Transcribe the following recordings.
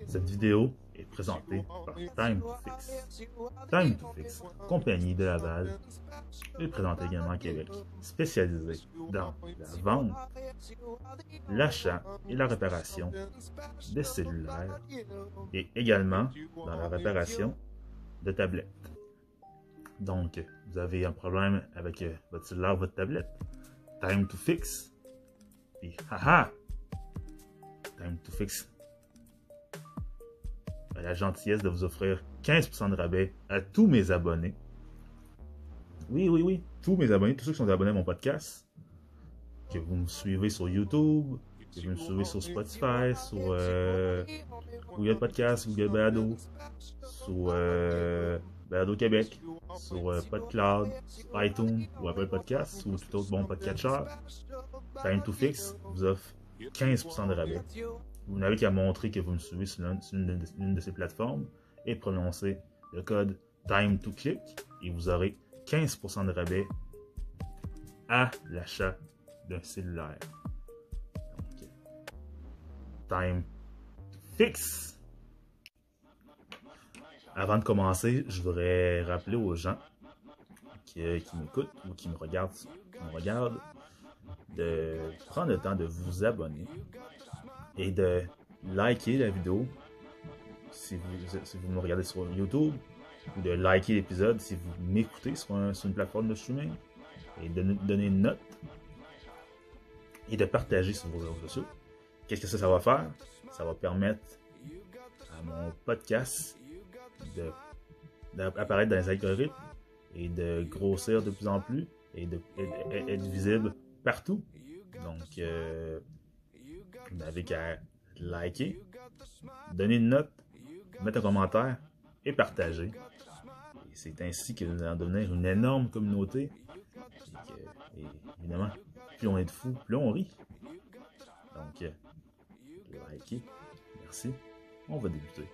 Cette vidéo est présentée par Time2Fix. Time2Fix, compagnie de Laval, est présentée également à Québec, spécialisée dans la vente, l'achat et la réparation des cellulaires et également dans la réparation de tablettes. Donc, vous avez un problème avec votre cellulaire ou votre tablette, Time2Fix, et haha, Time2Fix a la gentillesse de vous offrir 15% de rabais à tous mes abonnés. Oui, tous mes abonnés, tous ceux qui sont abonnés à mon podcast, que vous me suivez sur YouTube, que vous me suivez sur Spotify, sur Google Podcast, Google Balado, sur Balado Québec, sur PodCloud, sur iTunes ou Apple Podcast ou tout autre bon podcatcher. Time2Fix vous offre 15% de rabais. Vous n'avez qu'à montrer que vous me suivez sur l'une de ces plateformes et prononcer le code TIME2CLICK et vous aurez 15% de rabais à l'achat d'un cellulaire. Donc, Time2Fix. Avant de commencer, je voudrais rappeler aux gens qui m'écoutent ou qui me regardent, de prendre le temps de vous abonner et de liker la vidéo si vous me regardez sur YouTube, ou de liker l'épisode si vous m'écoutez sur une plateforme de streaming, et de donner une note et de partager sur vos réseaux sociaux. Qu'est-ce que ça va faire? Ça va permettre à mon podcast d'apparaître dans les algorithmes et de grossir de plus en plus et d'être visible partout. Donc, vous n'avez qu'à liker, donner une note, mettre un commentaire et partager. Et c'est ainsi que nous allons devenir une énorme communauté. Et évidemment, plus on est de fous, plus on rit. Donc, likez. Merci. On va débuter.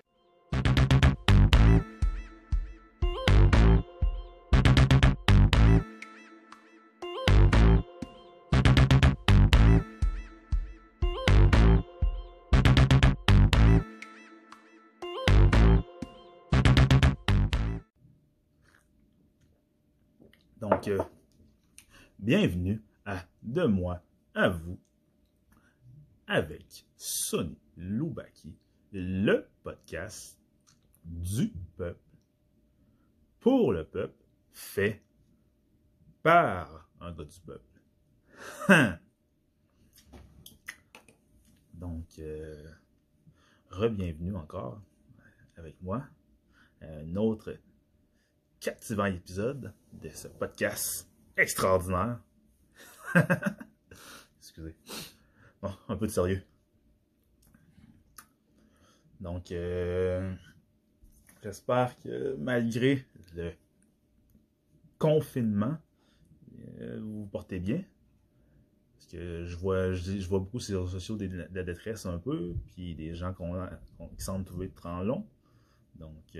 Donc, bienvenue à De moi à vous avec Sonny Loubaki, le podcast du peuple, pour le peuple, fait par un gars du peuple. Donc, re-bienvenue encore avec moi à un autre captivant épisode de ce podcast extraordinaire. Excusez. Bon, un peu de sérieux. Donc, j'espère que malgré le confinement, vous vous portez bien. Parce que je vois beaucoup sur les réseaux sociaux de la détresse un peu, puis des gens qui semblent trouver le temps long. Donc,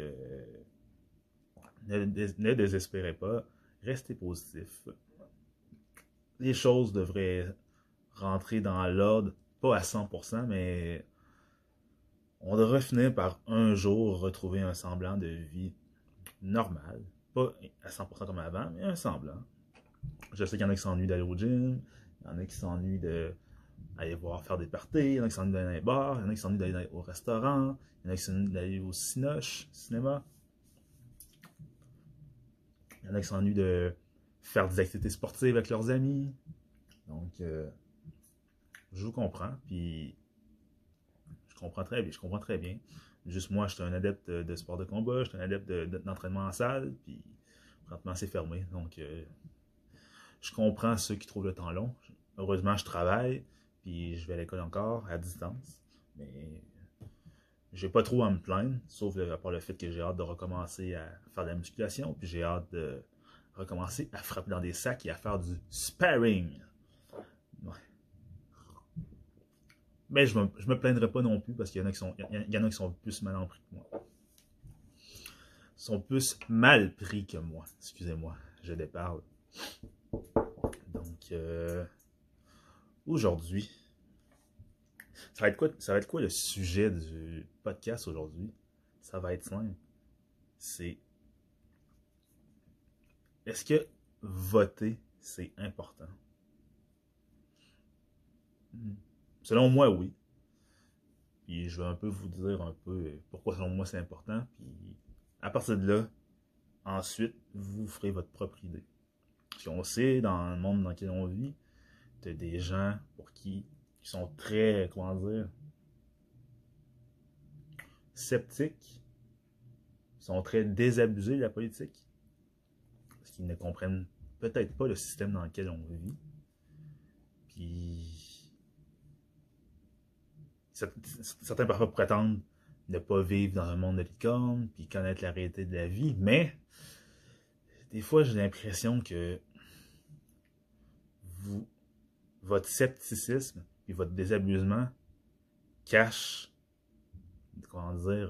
ne désespérez pas, restez positif. Les choses devraient rentrer dans l'ordre, pas à 100%, mais on devrait finir par un jour retrouver un semblant de vie normale. Pas à 100% comme avant, mais un semblant. Je sais qu'il y en a qui s'ennuient d'aller au gym, il y en a qui s'ennuient d'aller faire des parties, il y en a qui s'ennuient d'aller dans les bars, il y en a qui s'ennuient d'aller au restaurant, il y en a qui s'ennuient d'aller au cinéma. Il y en a qui s'ennuient de faire des activités sportives avec leurs amis. Donc, je vous comprends, puis je comprends très bien. Juste moi, je suis un adepte de sport de combat, je suis un adepte d'entraînement en salle, puis présentement, c'est fermé. Donc, je comprends ceux qui trouvent le temps long. Heureusement, je travaille, puis je vais à l'école encore, à distance. Mais j'ai pas trop à me plaindre, sauf à part le fait que j'ai hâte de recommencer à faire de la musculation, puis j'ai hâte de recommencer à frapper dans des sacs et à faire du sparring. Ouais. Mais je me plaindrai pas non plus, parce qu'il y en a qui sont plus mal pris que moi. Ils sont plus mal pris que moi. Excusez-moi, je déparle. Donc, aujourd'hui, Ça va être quoi le sujet du podcast aujourd'hui? Ça va être simple. C'est est-ce que voter, c'est important? Selon moi, oui. Puis je vais un peu vous dire un peu pourquoi selon moi c'est important. Puis à partir de là, ensuite, vous ferez votre propre idée. Parce qu'on sait, dans le monde dans lequel on vit, il y a des gens pour qui sont très, comment dire, sceptiques, sont très désabusés de la politique, parce qu'ils ne comprennent peut-être pas le système dans lequel on vit. Puis certains parfois prétendent ne pas vivre dans un monde de licorne, puis connaître la réalité de la vie, mais des fois j'ai l'impression que vous, votre scepticisme et votre désabusement cachent, comment dire,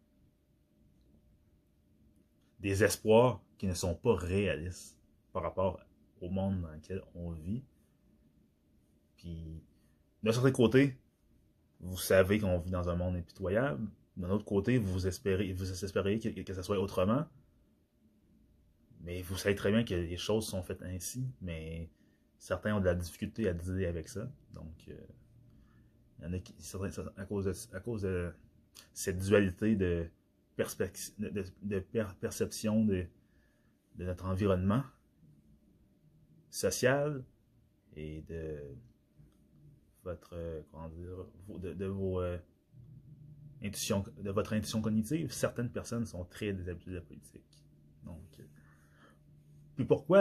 des espoirs qui ne sont pas réalistes par rapport au monde dans lequel on vit. Puis, d'un certain côté, vous savez qu'on vit dans un monde impitoyable. D'un autre côté, vous espérez que ça soit autrement. Mais vous savez très bien que les choses sont faites ainsi. Mais certains ont de la difficulté à dealer avec ça. Donc, il y en a qui, à cause de cette dualité de, perception de notre environnement social et de votre, comment dire, de vos de votre intuition cognitive, certaines personnes sont très désabusées de la politique. Donc, puis pourquoi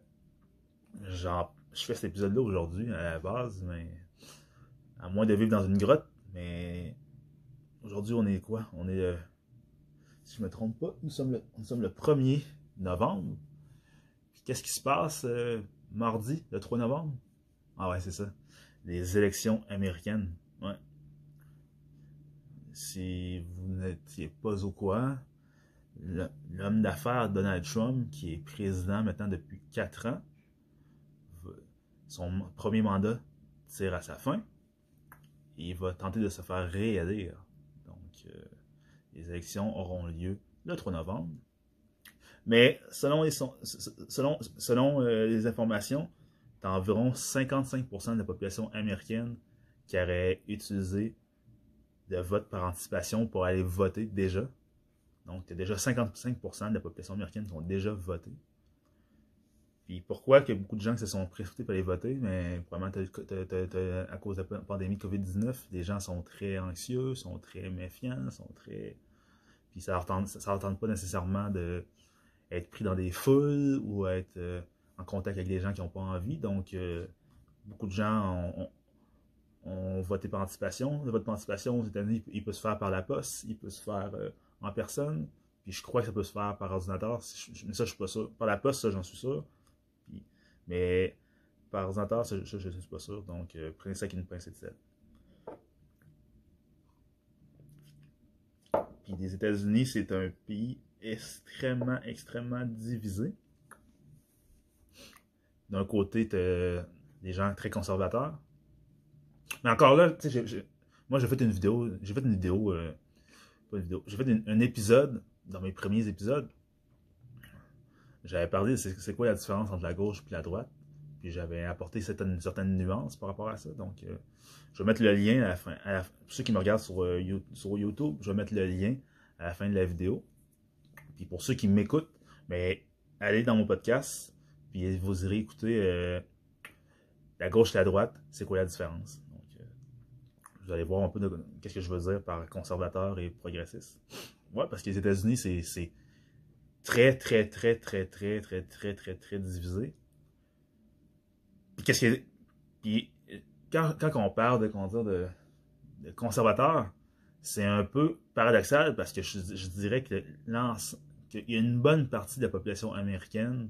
je fais cet épisode-là aujourd'hui à la base, mais à moins de vivre dans une grotte, mais aujourd'hui on est quoi? On est, si je me trompe pas, nous sommes le 1er novembre. Puis qu'est-ce qui se passe mardi, le 3 novembre? Ah ouais, c'est ça. Les élections américaines. Ouais. Si vous n'étiez pas au courant, l'homme d'affaires Donald Trump, qui est président maintenant depuis 4 ans, son premier mandat tire à sa fin. Et il va tenter de se faire réélire. Donc, les élections auront lieu le 3 novembre. Mais selon les informations, tu as environ 55% de la population américaine qui aurait utilisé de vote par anticipation pour aller voter déjà. Donc, tu as déjà 55% de la population américaine qui ont déjà voté. Puis pourquoi que beaucoup de gens qui se sont précipités pour aller voter, mais probablement à cause de la pandémie COVID-19, les gens sont très anxieux, sont très méfiants, sont très... Puis ça leur tente pas nécessairement d'être pris dans des foules ou être en contact avec des gens qui n'ont pas envie. Donc, beaucoup de gens ont voté par anticipation. Le vote par anticipation aux États-Unis, il peut se faire par la poste, il peut se faire en personne. Puis je crois que ça peut se faire par ordinateur. Mais ça, je suis pas sûr. Par la poste, ça, j'en suis sûr. Puis, mais par ordinateur, ça, je ne suis pas sûr. Donc, prenez ça avec une pincée de sel. Puis les États-Unis, c'est un pays extrêmement divisé. D'un côté, tu as des gens très conservateurs. Mais encore là, tu sais, moi, j'ai fait une vidéo, pas une vidéo, j'ai fait un épisode, dans mes premiers épisodes, j'avais parlé de c'est quoi la différence entre la gauche et la droite, puis j'avais apporté une certaine nuance par rapport à ça, donc je vais mettre le lien à la fin, pour ceux qui me regardent sur YouTube, je vais mettre le lien à la fin de la vidéo, puis pour ceux qui m'écoutent, mais allez dans mon podcast, puis vous irez écouter la gauche et la droite, c'est quoi la différence. Vous allez voir un peu de qu'est-ce que je veux dire par conservateur et progressiste. Ouais, parce que les États-Unis, c'est très divisé. Puis qu'est-ce que... Puis quand on parle de, comment dire, de conservateur, c'est un peu paradoxal parce que je dirais que qu'il y a une bonne partie de la population américaine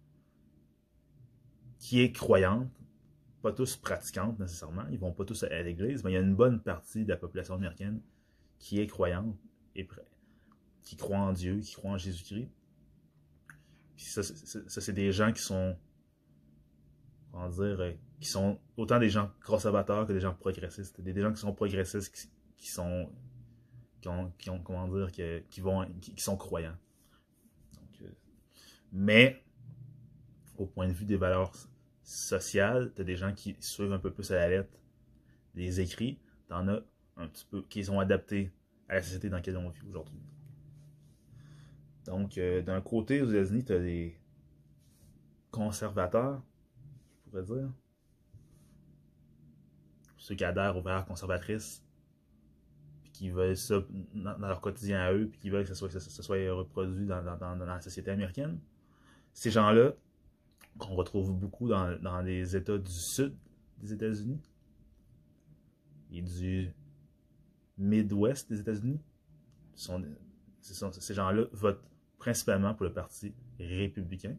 qui est croyante, pas tous pratiquantes nécessairement, ils vont pas tous à l'église, mais il y a une bonne partie de la population américaine qui est croyante et qui croit en Dieu, qui croit en Jésus-Christ. Puis ça, c'est des gens qui sont, comment dire, qui sont autant des gens conservateurs que des gens progressistes. Des gens qui sont progressistes, qui sont, qui ont comment dire, qui sont croyants. Donc, mais, au point de vue des valeurs sociales, tu as des gens qui suivent un peu plus à la lettre les écrits, tu en as un petit peu qui sont adaptés à la société dans laquelle on vit aujourd'hui. Donc, d'un côté, aux États-Unis, tu as des conservateurs, je pourrais dire, ceux qui adhèrent aux valeurs conservatrices, puis qui veulent ça dans leur quotidien à eux, puis qui veulent que ça soit reproduit dans la société américaine. Ces gens-là, qu'on retrouve beaucoup dans les États du sud des États-Unis et du Midwest des États-Unis, ces gens-là votent principalement pour le Parti républicain.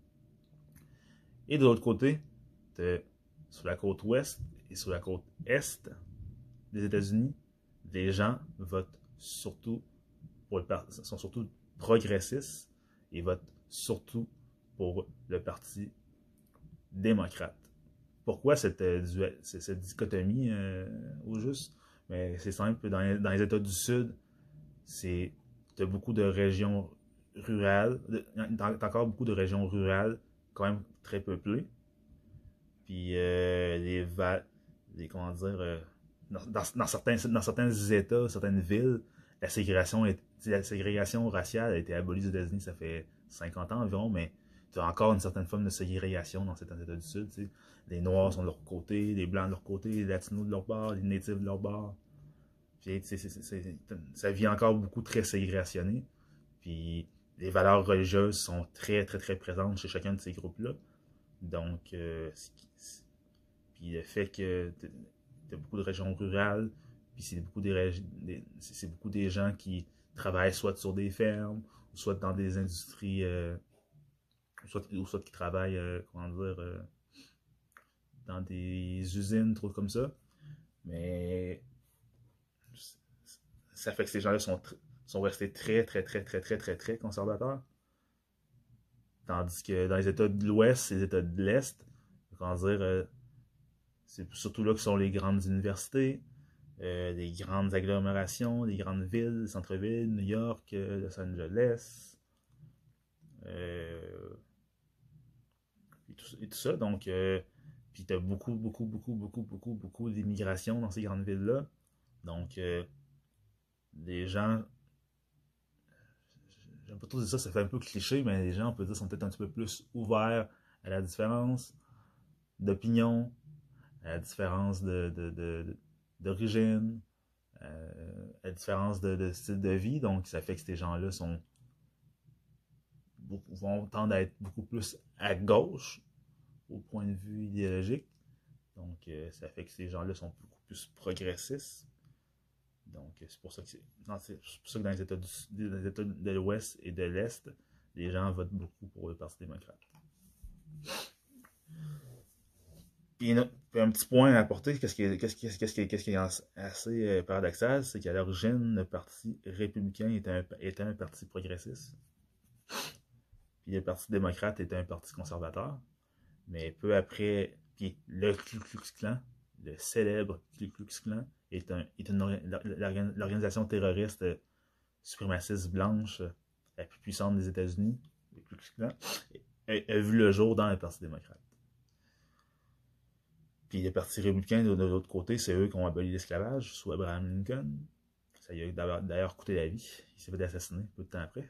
Et de l'autre côté, sur la côte ouest et sur la côte est des États-Unis, les gens votent surtout pour sont surtout progressistes et votent surtout pour le Parti démocrate. Pourquoi cette dichotomie au juste? Mais c'est simple, dans les États du Sud, tu as beaucoup de régions rurales, t'as encore beaucoup de régions rurales, quand même très peuplées. Puis comment dire, dans certains États, certaines villes, la ségrégation raciale a été abolie aux États-Unis, ça fait 50 ans environ, mais tu as encore une certaine forme de ségrégation dans certains États du Sud. T'sais. Les Noirs sont de leur côté, les Blancs de leur côté, les Latinos de leur bord, les Natifs de leur bord. Puis, ça vit encore beaucoup très ségrégationné. Puis les valeurs religieuses sont très, très, très présentes chez chacun de ces groupes-là. Donc, puis le fait que tu as beaucoup de régions rurales, puis c'est beaucoup des gens qui travaillent soit sur des fermes, ou soit dans des industries, ou soit qui travaillent, comment dire, dans des usines, trop comme ça. Mais ça fait que ces gens-là sont restés très, très, très, très, très, très, très conservateurs. Tandis que dans les États de l'Ouest et les États de l'Est, comment dire, c'est surtout là que sont les grandes universités, les grandes agglomérations, les grandes villes, les centres-villes, New York, Los Angeles, et tout ça. Donc, puis tu as beaucoup, beaucoup, beaucoup, beaucoup, beaucoup, beaucoup d'immigration dans ces grandes villes-là. Donc, les gens, j'aime pas trop dire ça, ça fait un peu cliché, mais les gens, on peut dire, sont peut-être un petit peu plus ouverts à la différence d'opinion, à la différence d'origine, à la différence de style de vie. Donc, ça fait que ces gens-là vont tendre à être beaucoup plus à gauche au point de vue idéologique. Donc, ça fait que ces gens-là sont beaucoup plus progressistes. Donc, c'est pour ça que dans les États de l'Ouest et de l'Est, les gens votent beaucoup pour le Parti démocrate. Puis un petit point à apporter, qu'est-ce qui est assez paradoxal, c'est qu'à l'origine, le Parti républicain était un parti progressiste. Puis le Parti démocrate était un parti conservateur. Mais peu après, puis le Ku Klux Klan, le célèbre Ku Klux Klan, est l'organisation terroriste suprémaciste blanche la plus puissante des États-Unis, le Ku Klux Klan, a vu le jour dans le Parti démocrate. Puis le Parti républicain, de l'autre côté, c'est eux qui ont aboli l'esclavage sous Abraham Lincoln. Ça lui a d'ailleurs coûté la vie. Il s'est fait assassiner peu de temps après.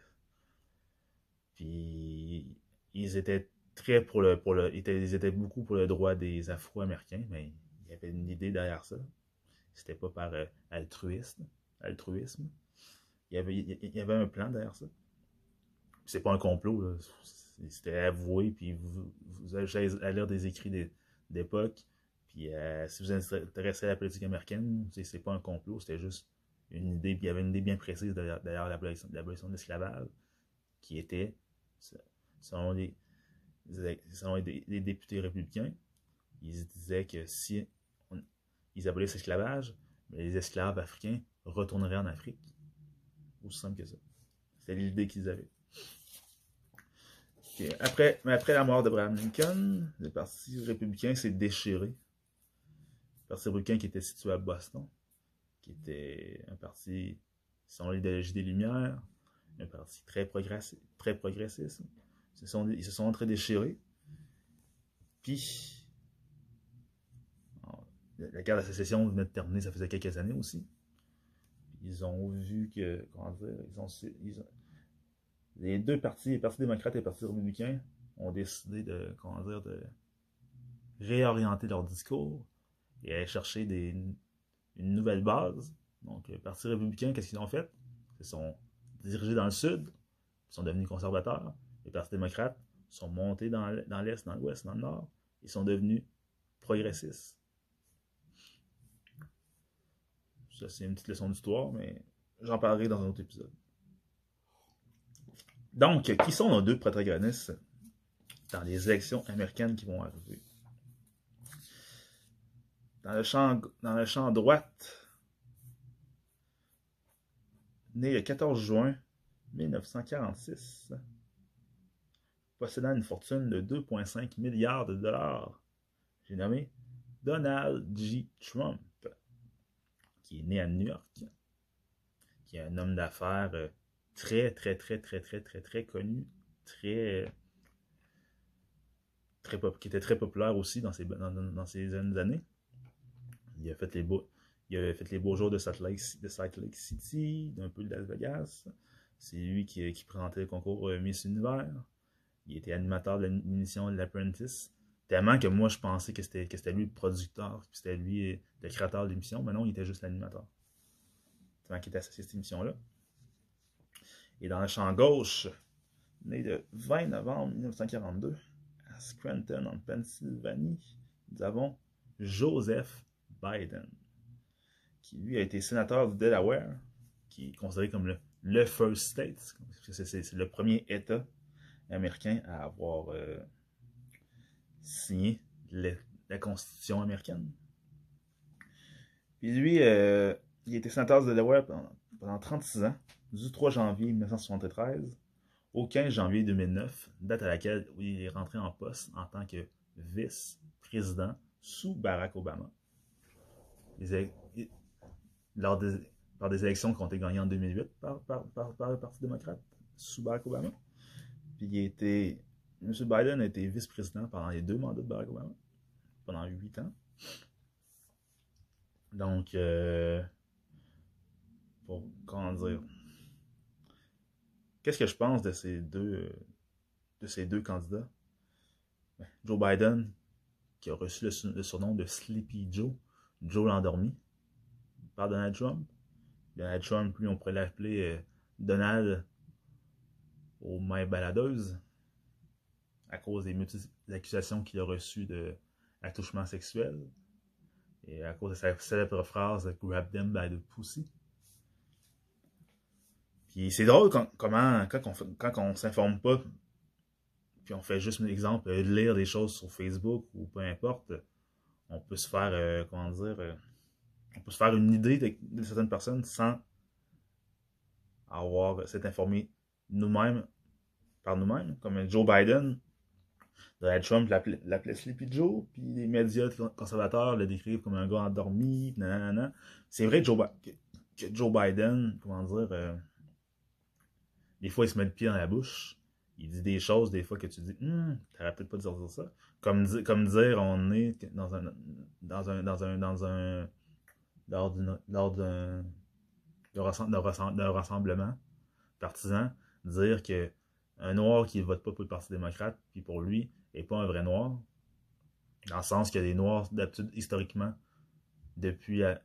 Puis ils étaient ils étaient beaucoup pour le droit des Afro-Américains, mais il y avait une idée derrière ça. C'était pas par altruisme. Il y avait un plan derrière ça. Puis c'est pas un complot, là. C'était avoué, puis vous allez à lire des écrits d'époque, puis si vous êtes intéressé à la politique américaine, c'est pas un complot, c'était juste une idée, puis il y avait une idée bien précise derrière l'abolition de l'esclavage, qui était, selon les députés républicains, ils disaient que si ils abolissaient l'esclavage, les esclaves africains retourneraient en Afrique. Aussi simple que ça. C'était l'idée qu'ils avaient. Okay. Après la mort d'Abraham Lincoln, le Parti républicain s'est déchiré. Le Parti républicain qui était situé à Boston, qui était un parti selon l'idéologie des Lumières, un parti très progressiste. Ils se sont entre-déchirés. Puis, la guerre de la sécession venait de terminer, ça faisait quelques années aussi. Ils ont vu que, comment dire, les deux partis, le Parti démocrate et le Parti républicain, ont décidé de, comment dire, de réorienter leur discours et aller chercher une nouvelle base. Donc, le Parti républicain, qu'est-ce qu'ils ont fait? Ils se sont dirigés dans le sud, ils sont devenus conservateurs. Les partis démocrates sont montés dans l'est, dans l'ouest, dans le nord. Ils sont devenus progressistes. Ça, c'est une petite leçon d'histoire, mais j'en parlerai dans un autre épisode. Donc, qui sont nos deux protagonistes dans les élections américaines qui vont arriver? Dans le champ droite, né le 14 juin 1946, possédant une fortune de 2,5 milliards de dollars, j'ai nommé Donald J. Trump, qui est né à New York, qui est un homme d'affaires très connu, qui était très populaire aussi dans ces années. Il a fait les beaux jours de Salt Lake City, d'un peu de Las Vegas. C'est lui qui présentait le concours Miss Univers. Il était animateur de l'émission L'Apprentice. Tellement que moi, je pensais que c'était lui le producteur, que c'était lui le créateur de l'émission, mais non, il était juste l'animateur. Tellement qu'il était associé à cette émission-là. Et dans le champ gauche, né le 20 novembre 1942, à Scranton, en Pennsylvanie, nous avons Joseph Biden, qui lui a été sénateur du Delaware, qui est considéré comme le first state, c'est le premier État américain à avoir signé la Constitution américaine. Puis lui, il a été sénateur du Delaware pendant 36 ans, du 3 janvier 1973 au 15 janvier 2009, date à laquelle il est rentré en poste en tant que vice-président sous Barack Obama. Par des élections qui ont été gagnées en 2008 par le Parti démocrate sous Barack Obama. Puis M. Biden a été vice-président pendant les 2 mandats de Barack Obama, pendant 8 ans. Donc, comment dire, qu'est-ce que je pense de ces deux candidats? Joe Biden, qui a reçu le surnom de Sleepy Joe, Joe l'endormi, par Donald Trump. Donald Trump, lui, on pourrait l'appeler Donald aux mains baladeuses, à cause des multiples accusations qu'il a reçues d'attouchement sexuel, et à cause de sa célèbre phrase « Grab them by the pussy ». Puis c'est drôle quand on s'informe pas, puis on fait juste un exemple, lire des choses sur Facebook ou peu importe, on peut se faire, on peut se faire une idée de certaines personnes sans s'être informé nous-mêmes, par nous-mêmes. Comme Joe Biden, Donald Trump l'appelait Sleepy Joe, puis les médias conservateurs le décrivent comme un gars endormi, nanana. C'est vrai que Joe Biden, comment dire, des fois il se met le pied dans la bouche, il dit des choses des fois que tu dis t'aurais peut-être pas dû dire ça. Comme dire on est lors d'un rassemblement partisan, dire que un noir qui ne vote pas pour le Parti démocrate, puis pour lui, n'est pas un vrai noir, dans le sens qu'il y a des noirs d'habitude historiquement, depuis la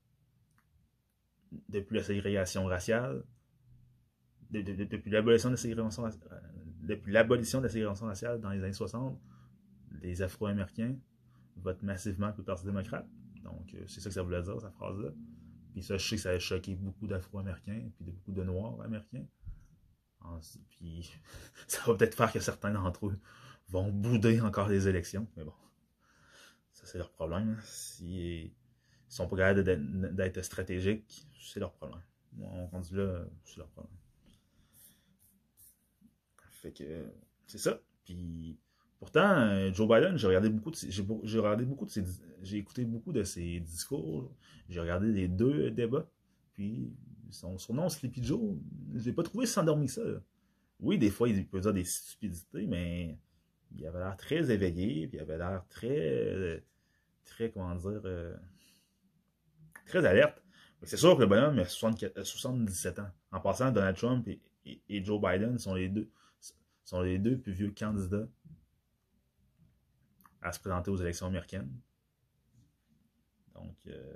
ségrégation raciale, depuis l'abolition de la ségrégation raciale, dans les années 60, les Afro-Américains votent massivement pour le Parti démocrate. Donc, c'est ça que ça voulait dire, cette phrase-là. Puis ça, je sais que ça a choqué beaucoup d'Afro-Américains, puis beaucoup de Noirs américains. Puis ça va peut-être faire que certains d'entre eux vont bouder encore les élections, mais bon, ça c'est leur problème. S'ils sont pas capables d'être stratégiques, c'est leur problème. Moi, on dit là, c'est leur problème. Fait que c'est ça. Puis pourtant, Joe Biden, j'ai regardé beaucoup de j'ai regardé beaucoup de j'ai écouté beaucoup de ses discours. J'ai regardé les deux débats. Puis son surnom Sleepy Joe, je l'ai pas trouvé si endormi que ça. Là. Oui, des fois, il peut dire des stupidités, mais il avait l'air très éveillé, puis il avait l'air très, comment dire, très alerte. C'est sûr que le bonhomme a 77 ans. En passant, Donald Trump et Joe Biden sont les deux plus vieux candidats à se présenter aux élections américaines. Donc,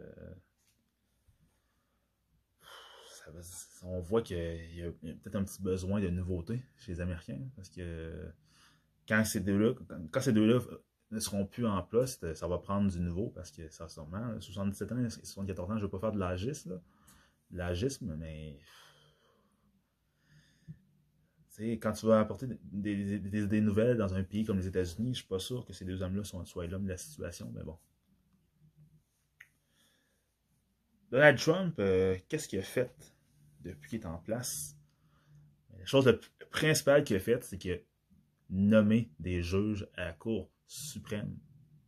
on voit qu'il y a peut-être un petit besoin de nouveauté chez les Américains. Parce que quand ces deux-là ne seront plus en place, ça va prendre du nouveau. Parce que ça, sûrement, 77 ans et 74 ans, je ne veux pas faire de l'agisme, mais quand tu vas apporter des idées nouvelles dans un pays comme les États-Unis, je ne suis pas sûr que ces deux hommes-là soient l'homme de la situation, mais bon. Donald Trump, qu'est-ce qu'il a fait depuis qu'il est en place? La chose principale qu'il a faite, c'est qu'il a nommé des juges à la Cour suprême.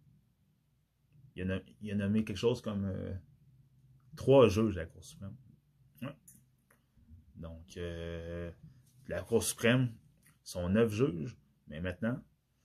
Il a nommé quelque chose comme 3 juges à la Cour suprême. Ouais. Donc, la Cour suprême sont 9 juges, mais maintenant,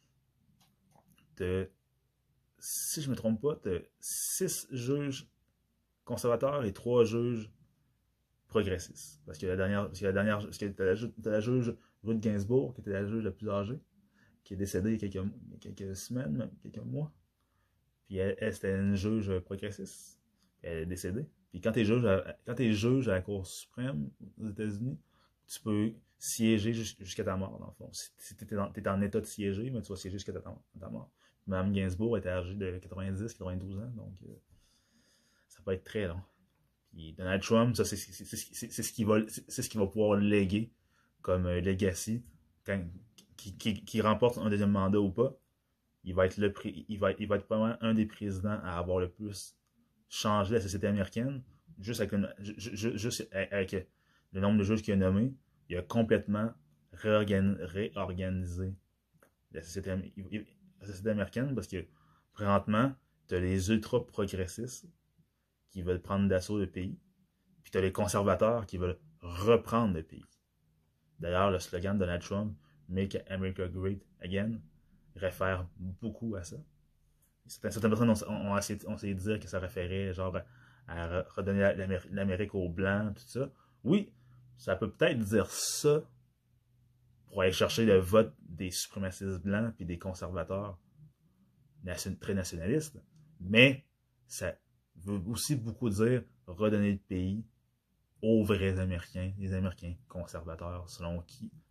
si je ne me trompe pas, tu as 6 juges conservateurs et 3 juges progressistes. Parce que la juge Ruth Ginsburg, qui était la juge la plus âgée, qui est décédée il y a quelques semaines, même quelques mois. Puis elle c'était une juge progressiste. Elle est décédée. Puis quand tu es juge à la Cour suprême aux États-Unis, tu peux siéger jusqu'à ta mort, dans le fond. Si tu es en état de siéger, mais tu vas siéger jusqu'à ta mort. Mme Gainsbourg était âgée de 90-92 ans, donc ça peut être très long. Puis Donald Trump, ça, c'est ce qu'il va pouvoir léguer comme legacy qui remporte un deuxième mandat ou pas. Il va être probablement un des présidents à avoir le plus changé la société américaine, juste avec le nombre de juges qu'il a nommé. Il a complètement réorganisé la société américaine parce que présentement, tu as les ultra-progressistes qui veulent prendre d'assaut le pays, puis tu as les conservateurs qui veulent reprendre le pays. D'ailleurs, le slogan de Donald Trump, Make America Great Again, réfère beaucoup à ça. Certaines personnes ont essayé de dire que ça référait genre à redonner l'Amérique aux Blancs, tout ça. Oui, ça peut peut-être dire ça pour aller chercher le vote des suprémacistes blancs puis des conservateurs très nationalistes, mais ça veut aussi beaucoup dire redonner le pays aux vrais Américains, les Américains conservateurs, selon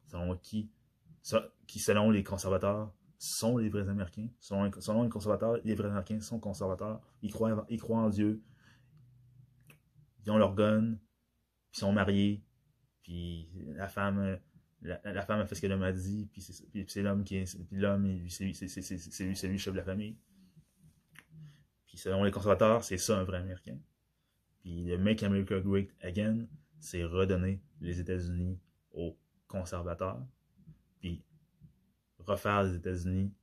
les conservateurs sont les vrais Américains, selon les conservateurs, les vrais Américains sont conservateurs, ils croient en Dieu, ils ont leur gun, puis ils sont mariés, puis la femme a fait ce que l'homme a dit, puis c'est l'homme qui est, puis l'homme, c'est lui le chef de la famille. Puis selon les conservateurs, c'est ça un vrai Américain. Puis le Make America Great Again, c'est redonner les États-Unis aux conservateurs, puis refaire les États-Unis,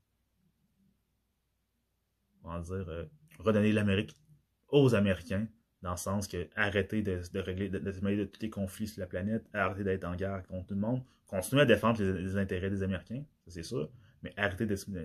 on va dire, redonner l'Amérique aux Américains, dans le sens que arrêter de se mêler de tous les conflits sur la planète, arrêter d'être en guerre contre tout le monde, continuer à défendre les intérêts des Américains, ça c'est sûr, mais arrêter de se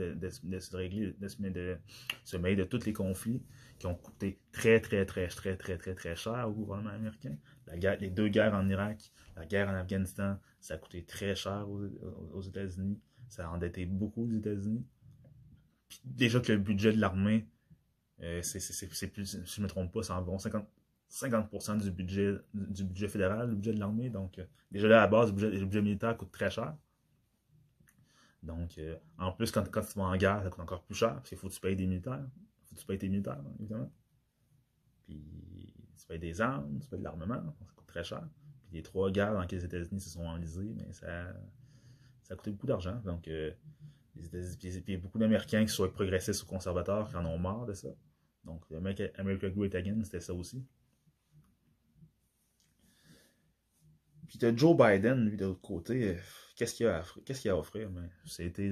mêler de tous les conflits qui ont coûté très cher au gouvernement américain. Les 2 guerres en Irak, la guerre en Afghanistan, ça a coûté très cher aux États-Unis. Ça a endetté beaucoup les États-Unis. Puis déjà que le budget de l'armée, c'est plus, si je ne me trompe pas, c'est environ 50% du budget fédéral, le budget de l'armée. Donc, déjà là, à la base, le budget militaire coûte très cher. Donc, en plus, quand tu vas en guerre, ça coûte encore plus cher, parce qu'il faut que tu payes des militaires. Il faut que tu payes tes militaires, évidemment. Puis, tu payes des armes, tu payes de l'armement, ça coûte très cher. Puis, les 3 guerres dans lesquelles les États-Unis se sont enlisés, mais ça a coûté beaucoup d'argent. Donc, il y a beaucoup d'Américains qui soient progressistes ou conservateurs qui en ont marre de ça. Donc, le Make America Great Again, c'était ça aussi. Puis, tu as Joe Biden, lui, de l'autre côté, qu'est-ce qu'il y a à offrir? Mais c'était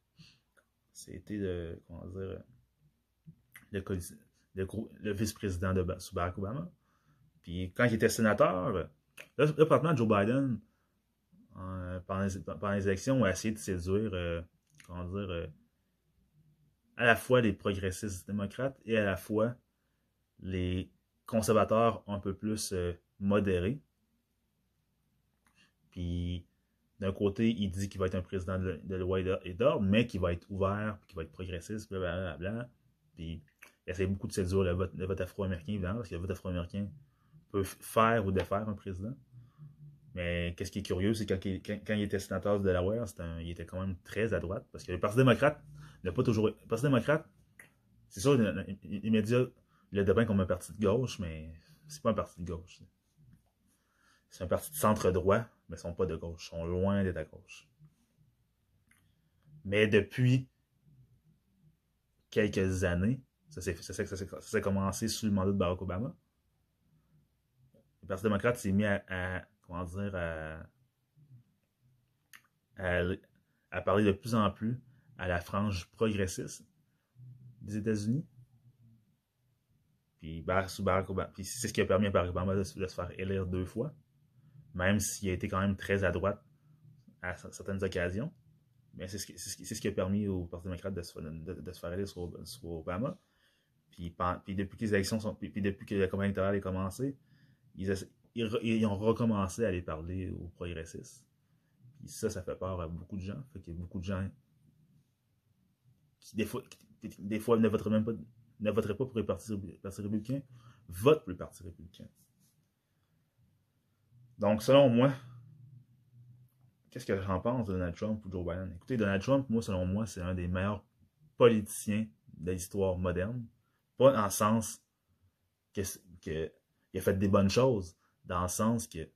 comment dire, le vice-président de Barack Obama. Puis quand il était sénateur, là pratiquement Joe Biden, pendant les élections, a essayé de séduire, comment dire, à la fois les progressistes démocrates et à la fois les conservateurs un peu plus modérés. Puis d'un côté, il dit qu'il va être un président de loi et d'ordre, mais qu'il va être ouvert, qu'il va être progressiste, blablabla. Puis il essaie beaucoup de séduire le vote afro-américain, évidemment, parce que le vote afro-américain peut faire ou défaire un président. Mais qu'est-ce qui est curieux, c'est quand il était sénateur de Delaware, il était quand même très à droite, parce que le Parti démocrate n'a pas toujours... Le Parti démocrate, c'est sûr, les médias le dépeignent comme un parti de gauche, mais c'est pas un parti de gauche. C'est un parti de centre-droit, mais ils sont pas de gauche, ils sont loin d'être à gauche. Mais depuis quelques années, ça s'est commencé sous le mandat de Barack Obama, le Parti démocrate s'est mis comment dire, à parler de plus en plus à la frange progressiste des États-Unis. Puis sous Barack Obama, puis c'est ce qui a permis à Barack Obama de se faire élire 2 fois, même s'il a été quand même très à droite à certaines occasions. Mais c'est ce qui a permis au Parti démocrate de se faire élire sur Obama. Puis depuis que les élections puis depuis que la campagne électorale a commencé, ils ont recommencé à aller parler aux progressistes. Puis ça fait peur à beaucoup de gens. Fait qu'il y a beaucoup de gens qui, des fois ne voteraient pas pour le Parti républicain, votent pour le Parti républicain. Donc, selon moi, qu'est-ce que j'en pense de Donald Trump ou Joe Biden? Écoutez, Donald Trump, selon moi, c'est un des meilleurs politiciens de l'histoire moderne. Pas dans le sens qu'il a fait des bonnes choses, dans le sens que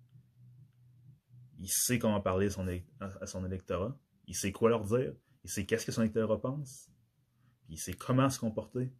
il sait comment parler à son électorat, il sait quoi leur dire, il sait qu'est-ce que son électorat pense, puis il sait comment se comporter.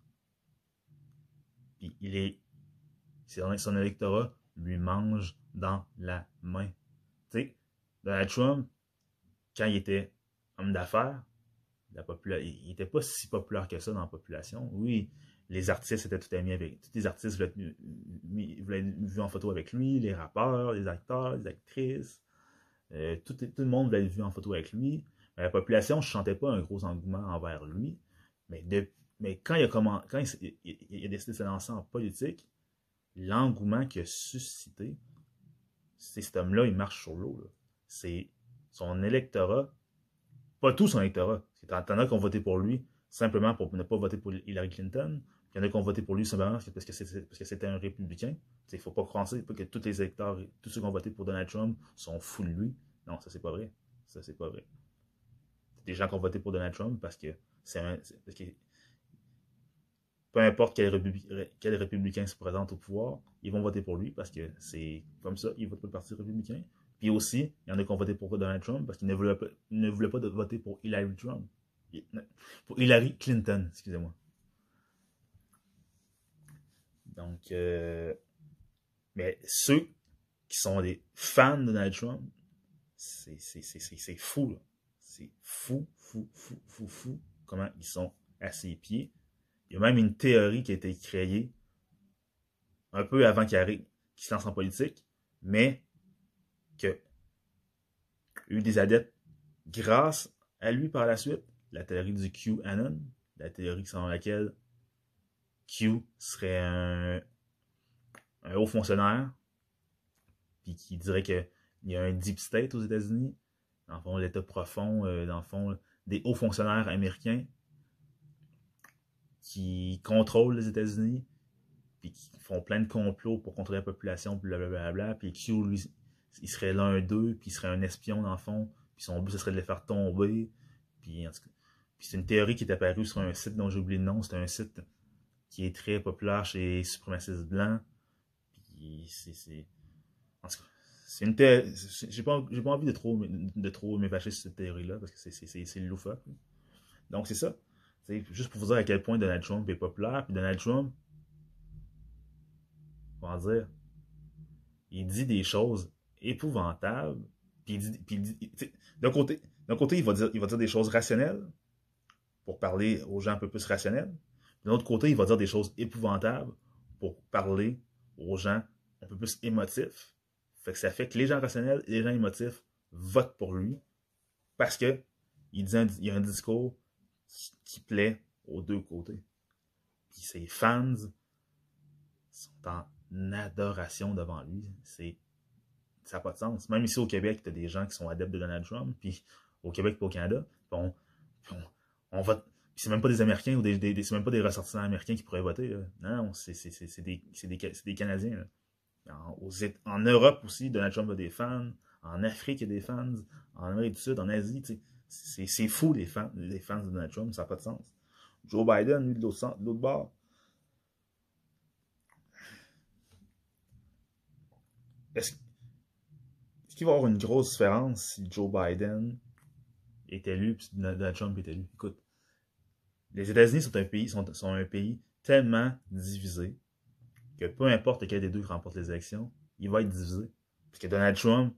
Puis son électorat lui mange dans la main. Tu sais, Donald Trump, quand il était homme d'affaires, il n'était pas si populaire que ça dans la population. Oui, les artistes étaient tout amis avec. Tous les artistes voulaient être vus en photo avec lui, les rappeurs, les acteurs, les actrices. Tout le monde voulait être vu en photo avec lui. Mais la population ne sentait pas un gros engouement envers lui. Mais quand il a décidé de se lancer en politique, l'engouement qu'il a suscité, c'est cet homme-là, il marche sur l'eau. C'est son électorat, pas tout son électorat. T'en as qui ont voté pour lui simplement pour ne pas voter pour Hillary Clinton. Il y en a qui ont voté pour lui simplement parce que c'était un républicain. Il ne faut pas croire que tous les électeurs, tous ceux qui ont voté pour Donald Trump sont fous de lui. Non, ça c'est pas vrai. Ça c'est pas vrai. Des gens qui ont voté pour Donald Trump parce que peu importe quel républicain se présente au pouvoir, ils vont voter pour lui parce que c'est comme ça, ils votent pour le Parti républicain. Puis aussi, il y en a qui ont voté pour Donald Trump parce qu'ils ne voulaient pas voter pour Hillary Trump. Pour Hillary Clinton, excusez-moi. Donc, mais ceux qui sont des fans de Donald Trump, c'est fou, là. C'est fou comment ils sont à ses pieds. Il y a même une théorie qui a été créée un peu avant qu'il se lance en politique, mais qu'il y a eu des adeptes grâce à lui par la suite. La théorie du QAnon, la théorie selon laquelle Q serait un haut fonctionnaire, puis qui dirait qu'il y a un deep state aux États-Unis, dans le fond, l'État profond, dans le fond, des hauts fonctionnaires américains qui contrôlent les États-Unis, puis qui font plein de complots pour contrôler la population, blablabla, puis Q, lui, il serait l'un d'eux, puis il serait un espion, dans le fond, puis son but, ce serait de les faire tomber, puis en tout cas, puis c'est une théorie qui est apparue sur un site dont j'ai oublié le nom, c'est un site qui est très populaire chez les suprémacistes blancs, puis en tout cas, c'est une théorie, j'ai pas envie de trop m'évacher sur cette théorie-là, parce que c'est loufoque. Donc c'est ça. T'sais, juste pour vous dire à quel point Donald Trump est populaire, puis Donald Trump, comment dire, il dit des choses épouvantables, d'un côté, il va dire des choses rationnelles pour parler aux gens un peu plus rationnels. De l'autre côté, il va dire des choses épouvantables pour parler aux gens un peu plus émotifs. Fait que ça fait que les gens rationnels et les gens émotifs votent pour lui parce que il y a un discours qui plaît aux deux côtés. Puis ses fans sont en adoration devant lui. Ça n'a pas de sens. Même ici au Québec, tu as des gens qui sont adeptes de Donald Trump, puis au Québec et au Canada, on vote. C'est même pas des Américains ou c'est même pas des ressortissants américains qui pourraient voter. Là. Non, c'est des Canadiens. En Europe aussi, Donald Trump a des fans. En Afrique, il y a des fans. En Amérique du Sud, en Asie, c'est fou les fans de Donald Trump, ça n'a pas de sens. Joe Biden, lui, de l'autre bord. Est-ce qu'il va y avoir une grosse différence si Joe Biden est élu et Donald Trump est élu? Écoute, les États-Unis sont un pays tellement divisé que peu importe lequel des deux qui remporte les élections, il va être divisé. Parce que Donald Trump,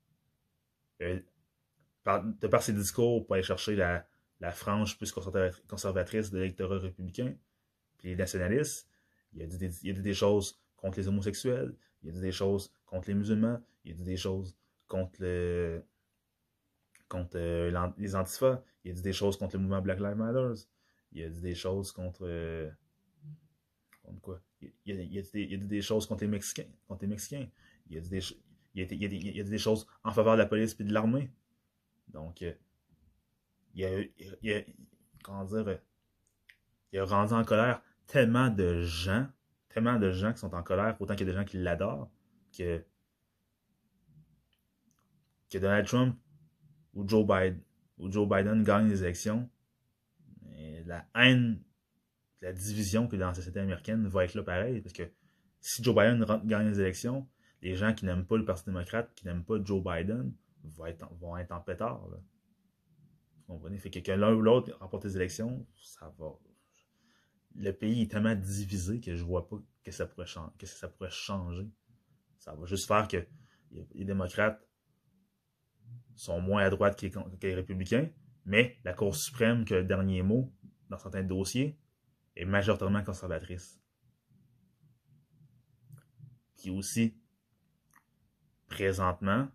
de par ses discours pour aller chercher la frange plus conservatrice de l'électorat républicain, puis les nationalistes, il a dit des choses contre les homosexuels, il a dit des choses contre les musulmans, il a dit des choses contre les antifas, il a dit des choses contre le mouvement Black Lives Matter, il a dit des choses contre quoi? Il a dit des choses contre les Mexicains. Il a dit des choses en faveur de la police et de l'armée. Donc, comment dire, il a rendu en colère tellement de gens qui sont en colère, autant qu'il y a des gens qui l'adorent, que Donald Trump ou Joe Biden gagnent les élections. Et la haine, la division qu'il y a dans la société américaine va être là pareil, parce que si Joe Biden gagne les élections, les gens qui n'aiment pas le Parti démocrate, qui n'aiment pas Joe Biden, vont être en pétard. Là. Vous comprenez? Fait que l'un ou l'autre remporte les élections, ça va. Le pays est tellement divisé que je vois pas que ça pourrait changer. Ça va juste faire que les démocrates sont moins à droite que les républicains, mais la Cour suprême, que le dernier mot dans certains dossiers, est majoritairement conservatrice. Puis aussi, présentement,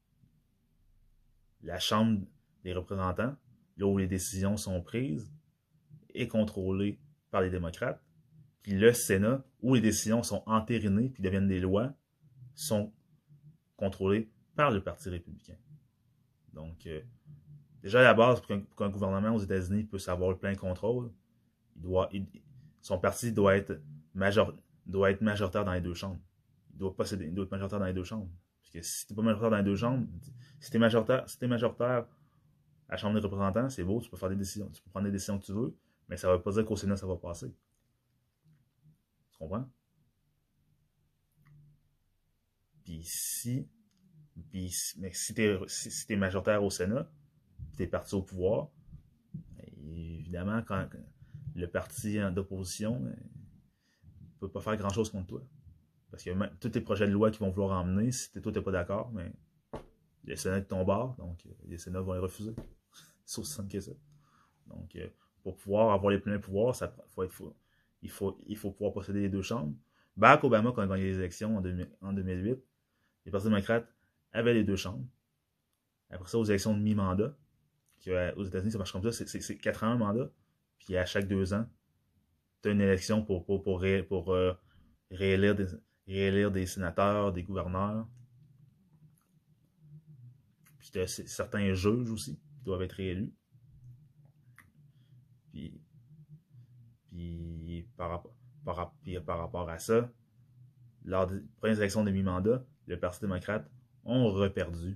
la Chambre des représentants, là où les décisions sont prises, est contrôlée par les démocrates. Puis le Sénat, où les décisions sont entérinées puis deviennent des lois, sont contrôlées par le Parti républicain. Donc, déjà à la base, pour qu'un gouvernement aux États-Unis puisse avoir le plein contrôle, son parti doit être majoritaire dans les deux chambres. Il doit être majoritaire dans les deux chambres. Parce que si tu n'es pas majoritaire dans les deux chambres, si tu es majoritaire à la Chambre des représentants, c'est beau, tu peux faire des décisions, tu peux prendre les décisions que tu veux, mais ça ne veut pas dire qu'au Sénat, ça va passer. Tu comprends? Mais si t'es majoritaire au Sénat, t'es parti au pouvoir, évidemment, quand le parti d'opposition ne peut pas faire grand-chose contre toi. Parce que même, tous les projets de loi qu'ils vont vouloir emmener, si toi t'es pas d'accord, mais le Sénat est de ton bord, donc les Sénats vont les refuser. C'est aussi simple que ça. Donc, pour pouvoir avoir les pleins pouvoirs, il faut pouvoir posséder les deux chambres. Barack Obama, quand il a gagné les élections en 2008, les partis démocrates avaient les deux chambres. Après ça, aux élections de mi-mandat, aux États-Unis, ça marche comme ça, c'est 4 ans un mandat, puis à chaque 2 ans, tu as une élection pour réélire des sénateurs, des gouverneurs. Puis tu as certains juges aussi qui doivent être réélus. Puis par rapport à ça, lors des premières élections de mi-mandat, le Parti démocrate ont reperdu.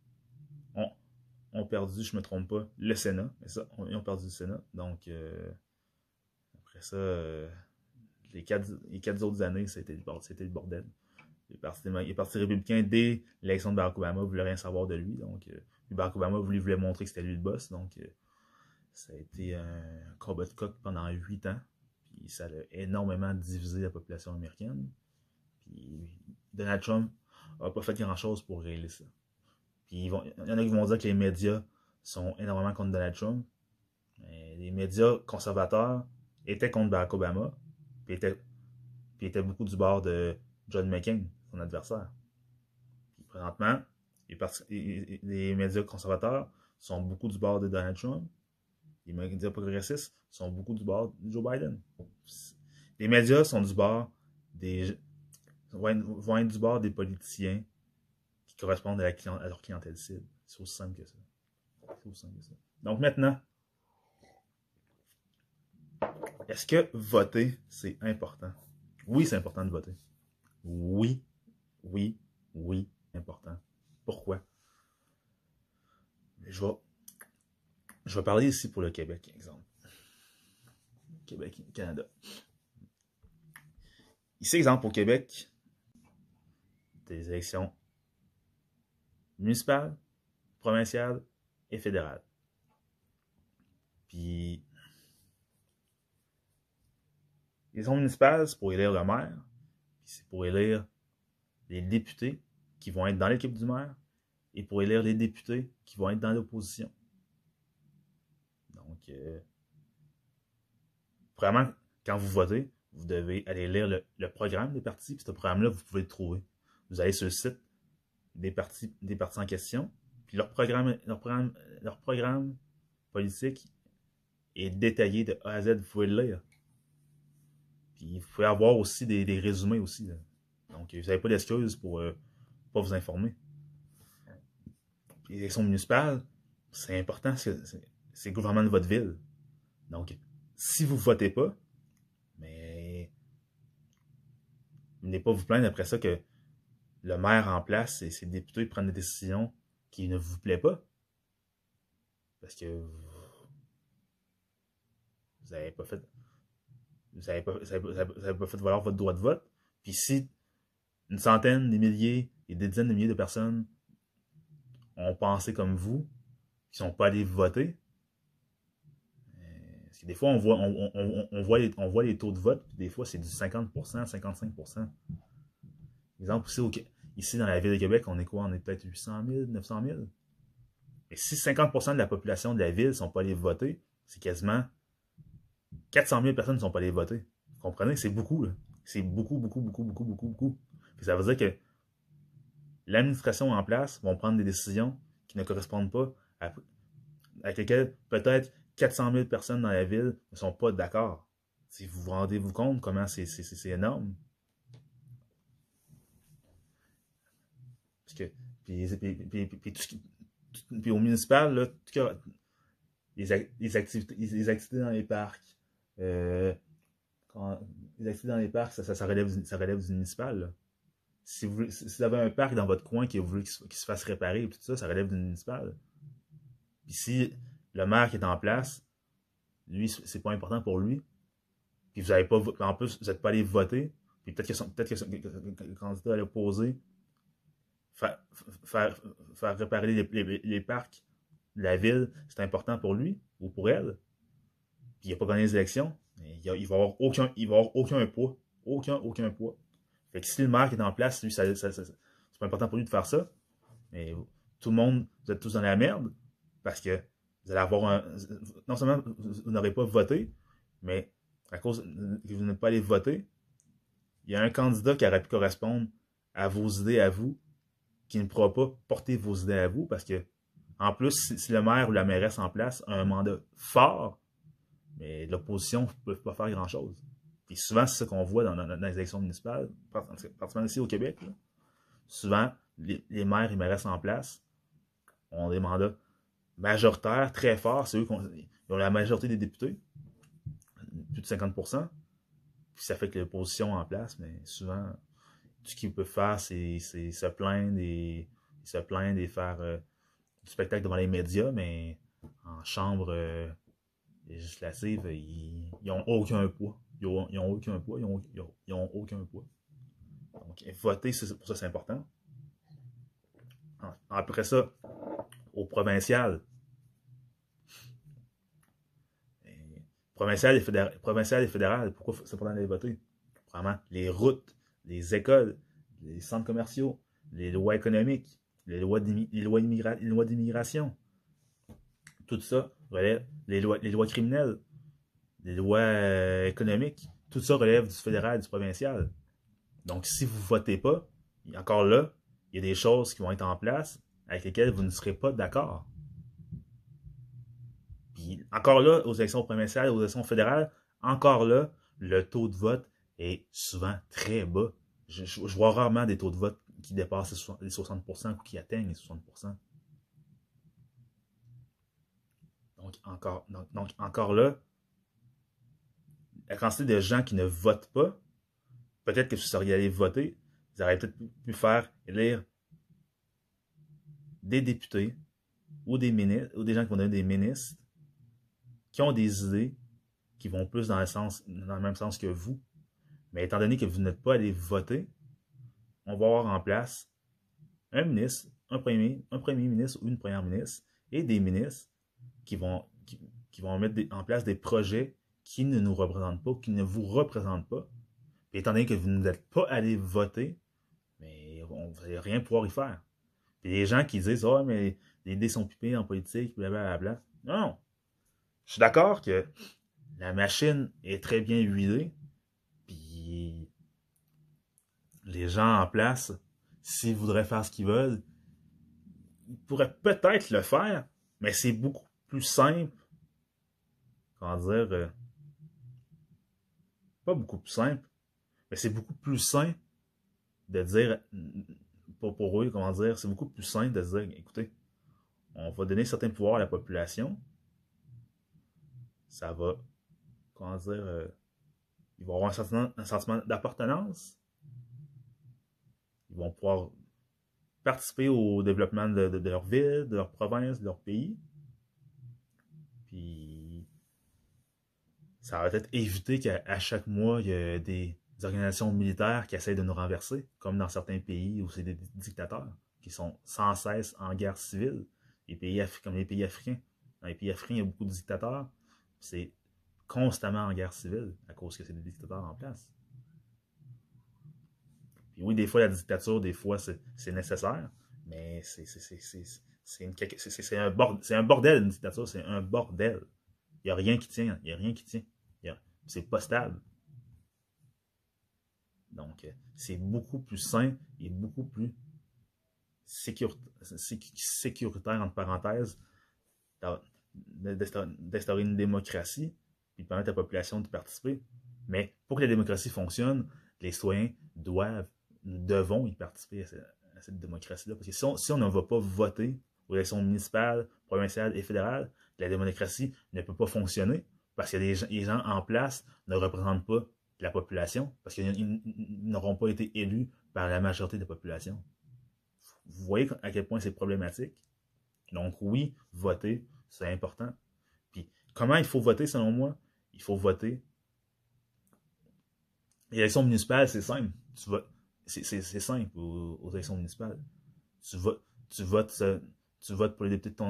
Ont perdu, je ne me trompe pas, le Sénat. Mais ça, ils ont perdu le Sénat. Donc, après ça, les quatre autres années, c'était le bordel. Les partis républicains, dès l'élection de Barack Obama, ne voulaient rien savoir de lui. Donc, Barack Obama voulait montrer que c'était lui le boss. Donc, ça a été un combat de coq pendant 8 ans. Puis, ça a énormément divisé la population américaine. Puis, Donald Trump n'a pas fait grand-chose pour régler ça. Puis il y en a qui vont dire que les médias sont énormément contre Donald Trump. Mais les médias conservateurs étaient contre Barack Obama, puis étaient beaucoup du bord de John McCain, son adversaire. Puis présentement, les médias conservateurs sont beaucoup du bord de Donald Trump. Les médias progressistes sont beaucoup du bord de Joe Biden. Les médias sont du bord vont être du bord des politiciens qui correspondent à leur clientèle cible. C'est aussi simple que ça. C'est aussi simple que ça. Donc maintenant, est-ce que voter, c'est important? Oui, c'est important de voter. Oui, oui, oui, important. Pourquoi? Je vais parler ici pour le Québec, exemple. Québec, Canada. Ici, exemple, au Québec, des élections municipales, provinciales et fédérales. Puis, les élections municipales, c'est pour élire le maire, puis c'est pour élire les députés qui vont être dans l'équipe du maire, et pour élire les députés qui vont être dans l'opposition. Donc, vraiment, quand vous votez, vous devez aller lire le programme des partis, puis ce programme-là, vous pouvez le trouver. Vous allez sur le site des partis en question, puis leur programme politique est détaillé de A à Z, vous pouvez le lire. Puis vous pouvez avoir aussi des résumés aussi. Là. Donc, vous n'avez pas d'excuses pour pas vous informer. Puis, les élections municipales, c'est important, c'est le gouvernement de votre ville. Donc, si vous ne votez pas, mais venez pas vous plaindre après ça que le maire en place et ses députés prennent des décisions qui ne vous plaisent pas. Parce que vous n'avez pas fait. Vous n'avez pas fait valoir votre droit de vote. Puis si une centaine, des milliers et des dizaines de milliers de personnes ont pensé comme vous, qui ne sont pas allés voter, parce que des fois, on voit les taux de vote, puis des fois, c'est du 50%, 55%. Exemple, ici, dans la ville de Québec, on est quoi? On est peut-être 800 000, 900 000. Et si 50% de la population de la ville ne sont pas allés voter, c'est quasiment 400 000 personnes ne sont pas allées voter. Vous comprenez? C'est beaucoup, là. C'est beaucoup, beaucoup, beaucoup, beaucoup, beaucoup, beaucoup. Puis ça veut dire que l'administration en place va prendre des décisions qui ne correspondent pas avec lesquelles peut-être 400 000 personnes dans la ville ne sont pas d'accord. Si vous vous rendez-vous compte comment c'est énorme. Parce que, puis au municipal, là, les activités dans les parcs, les activités dans les parcs, ça relève du municipal. Là. Si vous avez un parc dans votre coin qui voulu qu'il se fasse réparer et tout ça, ça relève du municipal. Puis si le maire qui est en place, lui, c'est pas important pour lui, puis vous avez pas, en plus, vous n'êtes pas allé voter, puis peut-être que le candidat à l'opposé faire réparer les parcs de la ville, c'est important pour lui ou pour elle, puis il n'a pas gagné les élections, il va avoir aucun poids. Aucun poids. Fait que si le maire qui est en place, lui, c'est pas important pour lui de faire ça, mais tout le monde, vous êtes tous dans la merde, parce que vous allez avoir non seulement vous n'aurez pas voté, mais à cause que vous n'êtes pas allé voter, il y a un candidat qui aurait pu correspondre à vos idées à vous, qui ne pourra pas porter vos idées à vous, parce que, en plus, si le maire ou la mairesse en place a un mandat fort, mais l'opposition ne peut pas faire grand-chose. Puis souvent, c'est ça qu'on voit dans les élections municipales, particulièrement ici au Québec. Là. Souvent, les maires et mairesses en place ont des mandats majoritaires, très forts. C'est eux qui ont la majorité des députés, plus de 50%. Puis ça fait que l'opposition en place, mais souvent, tout ce qu'ils peuvent faire, c'est se plaindre et faire du spectacle devant les médias, mais en chambre législative, ils n'ont aucun poids. Ils n'ont aucun poids. Ils ont aucun poids. Donc, voter, pour ça, c'est important. Après ça, au provincial. Provincial et fédéral, pourquoi c'est important d'aller voter? Vraiment, les routes, les écoles, les centres commerciaux, les lois économiques, les lois d'immigration. Tout ça relève les lois criminelles, les lois économiques. Tout ça relève du fédéral et du provincial. Donc, si vous ne votez pas, encore là, il y a des choses qui vont être en place avec lesquelles vous ne serez pas d'accord. Puis, encore là, aux élections provinciales, aux élections fédérales, encore là, le taux de vote est souvent très bas. Je vois rarement des taux de vote qui dépassent les 60% ou qui atteignent les 60%. Donc encore là, la quantité de gens qui ne votent pas, peut-être que si vous seriez allé voter, vous auriez peut-être pu faire élire des députés ou des ministres, ou des gens qui vont devenir des ministres, qui ont des idées qui vont plus dans le même sens que vous. Mais étant donné que vous n'êtes pas allé voter, on va avoir en place un ministre, un premier ministre ou une première ministre et des ministres qui vont mettre en place des projets qui ne nous représentent pas, qui ne vous représentent pas. Et étant donné que vous n'êtes pas allé voter, mais on ne va rien pouvoir y faire. Puis les gens qui disent « Ah, mais les dés sont pipés en politique, blablabla. » Non. Je suis d'accord que la machine est très bien huilée, puis les gens en place, s'ils voudraient faire ce qu'ils veulent, ils pourraient peut-être le faire, mais c'est beaucoup plus simple. Comment dire, pas beaucoup plus simple, mais c'est beaucoup plus sain de dire, pour eux, comment dire, c'est beaucoup plus simple de dire, écoutez, on va donner certains pouvoirs à la population, ça va, comment dire, ils vont avoir un sentiment d'appartenance, ils vont pouvoir participer au développement de leur ville, de leur province, de leur pays, puis ça va peut-être éviter qu'à chaque mois, il y a des organisations militaires qui essayent de nous renverser, comme dans certains pays où c'est des dictateurs qui sont sans cesse en guerre civile, comme les pays africains. Dans les pays africains, il y a beaucoup de dictateurs, c'est constamment en guerre civile à cause que c'est des dictateurs en place. Puis oui, des fois, la dictature, des fois, c'est nécessaire, mais c'est un bordel, une dictature, c'est un bordel. Il n'y a rien qui tient, il n'y a rien qui tient. C'est pas stable. Donc, c'est beaucoup plus sain et beaucoup plus sécuritaire, entre parenthèses, d'instaurer une démocratie puis de permettre à la population de participer. Mais pour que la démocratie fonctionne, les citoyens nous devons y participer à cette démocratie-là. Parce que si on ne va pas voter aux élections municipales, provinciales et fédérales, la démocratie ne peut pas fonctionner parce que les gens en place ne représentent pas la population, parce qu'ils n'auront pas été élus par la majorité de la population. Vous voyez à quel point c'est problématique. Donc oui, voter, c'est important. Puis comment il faut voter selon moi? Il faut voter. L'élection municipale, c'est simple. C'est simple aux élections municipales. Tu votes pour les députés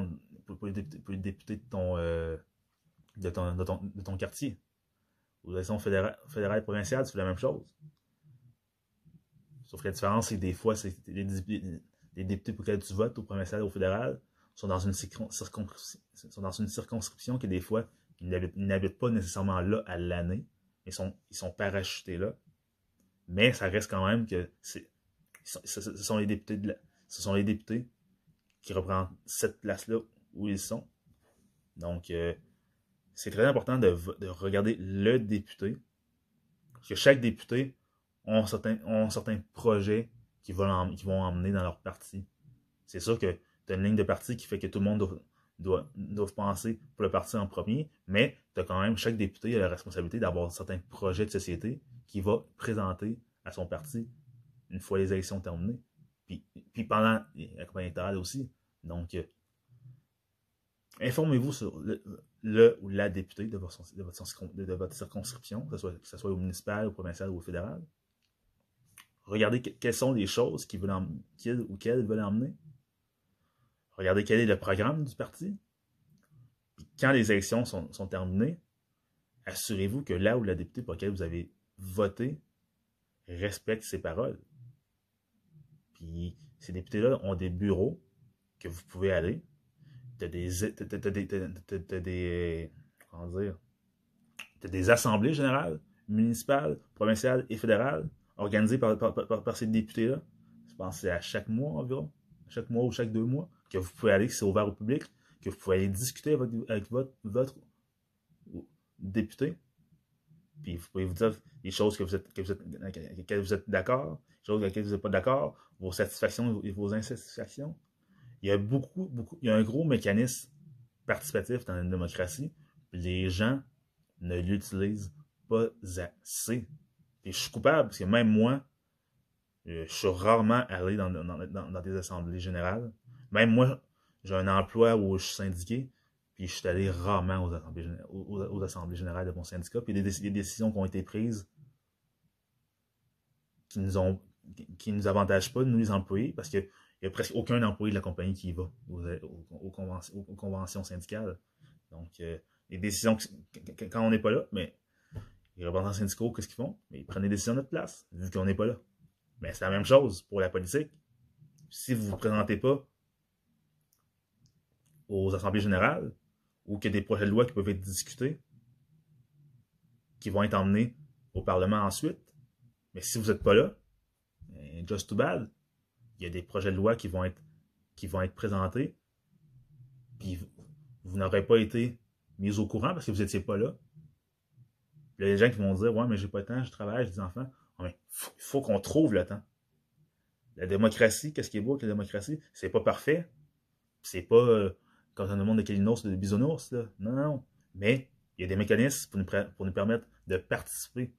de ton quartier. Aux élections fédérales et provinciales, tu fais la même chose. Sauf que la différence, c'est que des fois, c'est les députés pour lesquels tu votes, au provincial ou au fédéral, sont dans une circonscription que des fois, ils n'habitent pas nécessairement là à l'année. Ils sont parachutés là. Mais ça reste quand même que ce sont les députés qui représentent cette place-là où ils sont. Donc, c'est très important de regarder le député. Parce que chaque député ont certains projets qui vont emmener dans leur parti. C'est sûr que tu as une ligne de parti qui fait que tout le monde doit penser pour le parti en premier, mais tu as quand même, chaque député a la responsabilité d'avoir certains projets de société qu'il va présenter à son parti une fois les élections terminées. Puis pendant la campagne électorale aussi. Donc, informez-vous sur le ou la députée de votre circonscription, que ce soit au municipal, au provincial ou au fédéral. Regardez quelles sont les choses qu'ils veulent emmener. Regardez quel est le programme du parti. Puis quand les élections sont terminées, assurez-vous que là où la députée pour laquelle vous avez voté respecte ses paroles. Puis ces députés-là ont des bureaux que vous pouvez aller. T'as des, comment dire, t'as des assemblées générales, municipales, provinciales et fédérales, organisées par ces députés-là. Je pense que c'est à chaque mois environ, chaque mois ou chaque 2 mois, que vous pouvez aller, que c'est ouvert au public, que vous pouvez aller discuter avec votre député. Puis vous pouvez vous dire les choses avec lesquelles vous êtes d'accord, les choses avec lesquelles vous n'êtes pas d'accord, vos satisfactions et vos insatisfactions. Il y a il y a un gros mécanisme participatif dans une démocratie, puis les gens ne l'utilisent pas assez. Et je suis coupable, parce que même moi, je suis rarement allé dans des assemblées générales. Même moi, j'ai un emploi où je suis syndiqué, puis je suis allé rarement aux assemblées générales de mon syndicat, puis il y a des décisions qui ont été prises qui nous avantagent pas, nous les employés, parce qu'il n'y a presque aucun employé de la compagnie qui y va aux conventions syndicales. Donc, les décisions, quand on n'est pas là, mais les représentants syndicaux, qu'est-ce qu'ils font? Ils prennent des décisions à notre place, vu qu'on n'est pas là. Mais c'est la même chose pour la politique. Si vous ne vous présentez pas aux assemblées générales, ou qu'il y a des projets de loi qui peuvent être discutés, qui vont être emmenés au Parlement ensuite, mais si vous n'êtes pas là, just too bad. Il y a des projets de loi qui vont être présentés, puis vous n'aurez pas été mis au courant parce que vous n'étiez pas là. Puis il y a des gens qui vont dire, ouais, mais j'ai pas le temps, je travaille, j'ai des enfants. Ah, mais il faut qu'on trouve le temps. La démocratie, qu'est-ce qui est beau avec la démocratie? C'est pas parfait. C'est pas quand on demande de Kalinos, de bisounours, là. Non, non, non. Mais il y a des mécanismes pour nous permettre de participer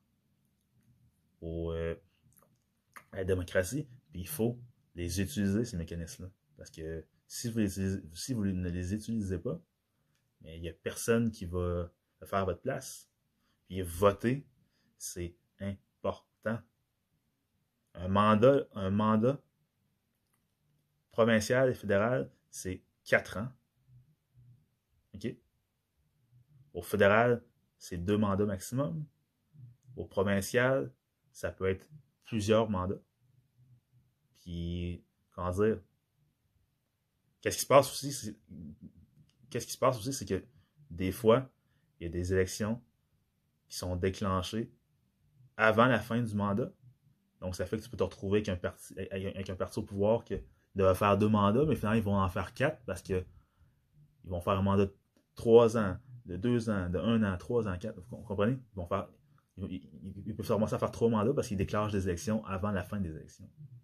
à la démocratie. Puis il faut les utiliser, ces mécanismes-là. Parce que si vous ne les utilisez pas, il n'y a personne qui va le faire à votre place. Puis voter, c'est important. Un mandat provincial et fédéral, c'est 4 ans. OK? Au fédéral, c'est 2 mandats maximum. Au provincial, ça peut être plusieurs mandats. Puis, comment dire? Qu'est-ce qui se passe aussi, c'est que des fois, il y a des élections qui sont déclenchées avant la fin du mandat. Donc, ça fait que tu peux te retrouver avec un parti au pouvoir qui devait faire 2 mandats, mais finalement, ils vont en faire 4 parce qu'ils vont faire un mandat de 3 ans, de 2 ans, de 1 an, 3 ans, 4. Vous comprenez? Ils peuvent commencer à faire 3 mandats parce qu'ils déclenchent des élections avant la fin des élections.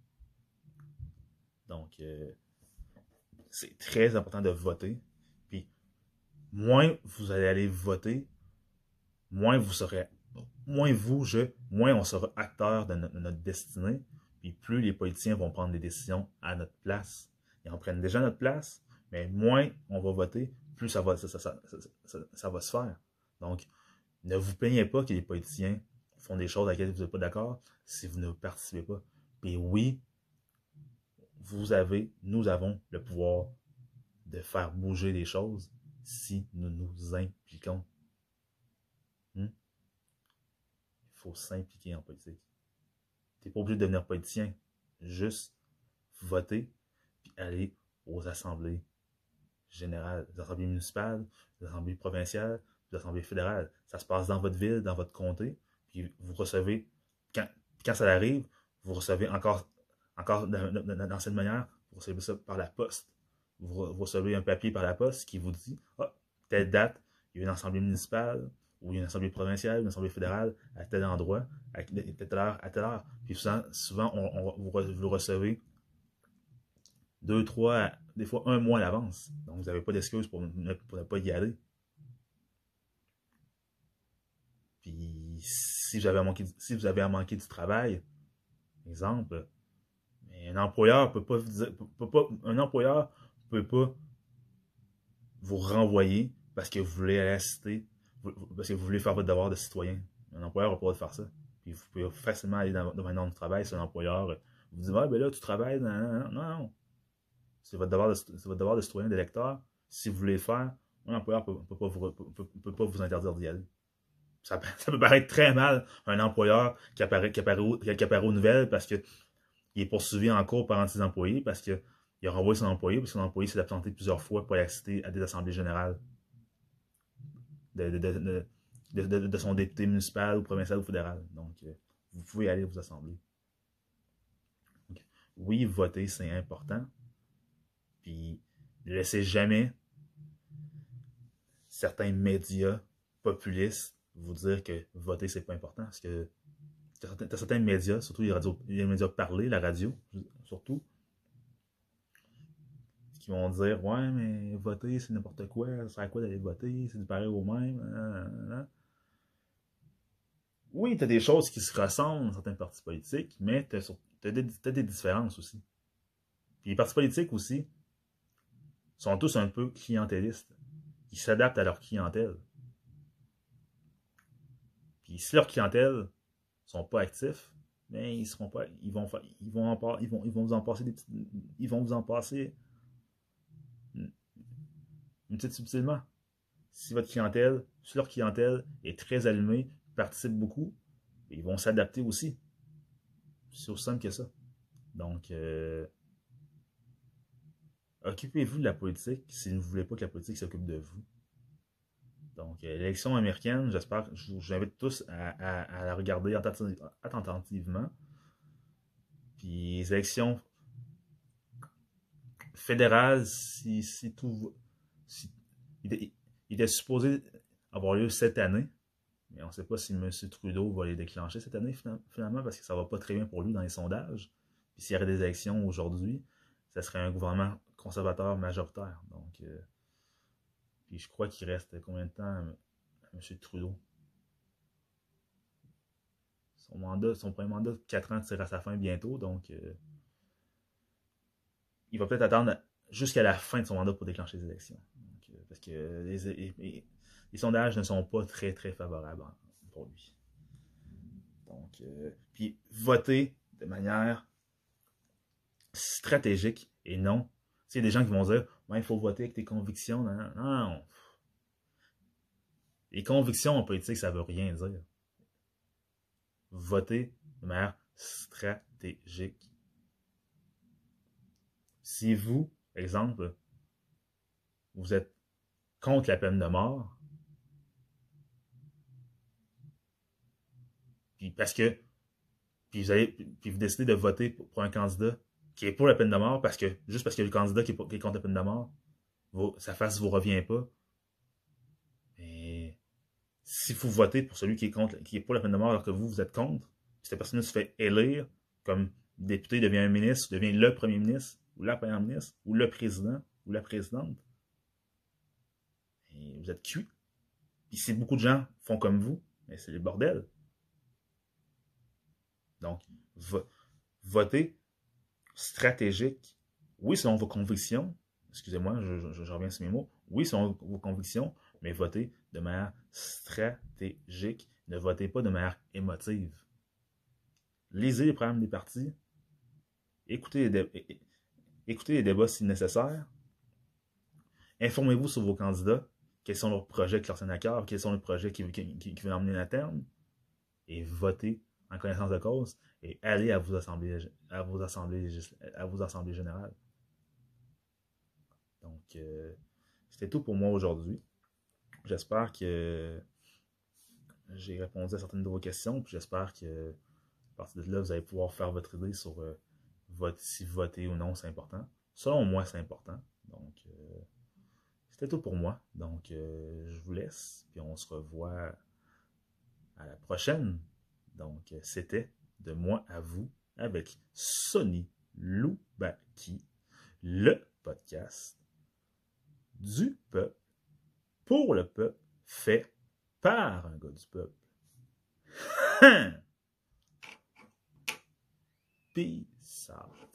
Donc, c'est très important de voter. Puis, moins vous allez aller voter, moins on sera acteur de notre destinée, puis plus les politiciens vont prendre des décisions à notre place. Ils en prennent déjà à notre place, mais moins on va voter, plus ça va se faire. Donc, ne vous plaignez pas que les politiciens font des choses avec lesquelles vous n'êtes pas d'accord si vous ne participez pas. Puis oui, nous avons le pouvoir de faire bouger les choses si nous nous impliquons. Il faut s'impliquer en politique. Tu n'es pas obligé de devenir politicien. Juste voter puis aller aux assemblées générales, les assemblées municipales, les assemblées provinciales, les assemblées fédérales. Ça se passe dans votre ville, dans votre comté, puis vous recevez, quand ça arrive, vous recevez encore dans cette manière, vous recevez ça par la poste. Vous recevez un papier par la poste qui vous dit, telle date, il y a une assemblée municipale, ou il y a une assemblée provinciale, une assemblée fédérale, à tel endroit, à telle heure, à telle heure. Puis souvent vous le recevez 2, 3, des fois 1 mois à l'avance. Donc, vous n'avez pas d'excuse pour ne pas y aller. Puis, si vous avez à manquer du travail, exemple, un employeur peut pas vous renvoyer parce que vous voulez assister, parce que vous voulez faire votre devoir de citoyen. Un employeur n'a pas le droit de faire ça. Puis vous pouvez facilement aller dans un ordre de travail si un employeur vous dit, ben là, tu travailles. Non. C'est votre devoir de citoyen, d'électeur. Si vous voulez le faire, un employeur ne peut pas vous interdire d'y aller. Ça peut paraître très mal un employeur qui apparaît aux nouvelles parce que il est poursuivi en cours par un de ses employés parce qu'il a renvoyé son employé, parce que son employé s'est absenté plusieurs fois pour assister à des assemblées générales de son député municipal ou provincial ou fédéral. Donc, vous pouvez aller vous assembler. Donc, oui, voter, c'est important. Puis, ne laissez jamais certains médias populistes vous dire que voter, c'est pas important. Parce que t'as certains médias, surtout les médias parlés, la radio, surtout, qui vont dire ouais, mais voter, c'est n'importe quoi, ça sert à quoi d'aller voter, c'est du pareil au même. Oui, t'as des choses qui se ressemblent dans certains partis politiques, mais t'as des différences aussi. Puis les partis politiques aussi sont tous un peu clientélistes. Ils s'adaptent à leur clientèle. Puis si leur clientèle sont pas actifs, mais ils seront pas, ils vont vous en passer ils vont vous en passer une petite subtilement. Si votre clientèle, si leur clientèle est très allumée, participe beaucoup, ils vont s'adapter aussi. C'est aussi simple que ça. Donc, occupez-vous de la politique si vous ne voulez pas que la politique s'occupe de vous. Donc, l'élection américaine, j'espère, je vous invite tous à la regarder attentivement. Puis, les élections fédérales, si tout. Il était supposé avoir lieu cette année, mais on ne sait pas si M. Trudeau va les déclencher cette année, finalement, parce que ça ne va pas très bien pour lui dans les sondages. Puis, s'il y aurait des élections aujourd'hui, ça serait un gouvernement conservateur majoritaire. Donc, puis je crois qu'il reste combien de temps à M. Trudeau? Son premier mandat de 4 ans tire à sa fin bientôt, donc il va peut-être attendre jusqu'à la fin de son mandat pour déclencher les élections. Donc, parce que les sondages ne sont pas très très favorables pour lui. Donc, puis voter de manière stratégique et non. Il y a des gens qui vont dire il faut voter avec tes convictions. Non, non. Les convictions en politique, ça ne veut rien dire. Voter de manière stratégique. Si vous, exemple, vous êtes contre la peine de mort, puis parce que puis vous décidez de voter pour un candidat qui est pour la peine de mort juste parce que le candidat qui est contre la peine de mort, sa face vous revient pas. Mais si vous votez pour celui qui est pour la peine de mort alors que vous êtes contre, puis cette personne se fait élire comme député, devient un ministre, devient le premier ministre, ou la première ministre, ou le président, ou la présidente, et vous êtes cuit. Puis si beaucoup de gens font comme vous, mais c'est le bordel. Donc, votez stratégique. Oui, selon vos convictions. Excusez-moi, je reviens sur mes mots. Oui, selon vos convictions, mais votez de manière stratégique. Ne votez pas de manière émotive. Lisez les programmes des partis. Écoutez les débats si nécessaire. Informez-vous sur vos candidats. Quels sont leurs projets qui leur tiennent à cœur. Quels sont les projets qui veulent emmener à terme. Et votez en connaissance de cause et allez à vos assemblées générales. Donc, c'était tout pour moi aujourd'hui. J'espère que j'ai répondu à certaines de vos questions, puis j'espère que à partir de là, vous allez pouvoir faire votre idée sur si voter ou non, c'est important. Selon moi, c'est important. Donc, c'était tout pour moi. Donc, je vous laisse, puis on se revoit à la prochaine. Donc, c'était de moi à vous avec Sonny Loubaki, le podcast du peuple, pour le peuple, fait par un gars du peuple. Peace out.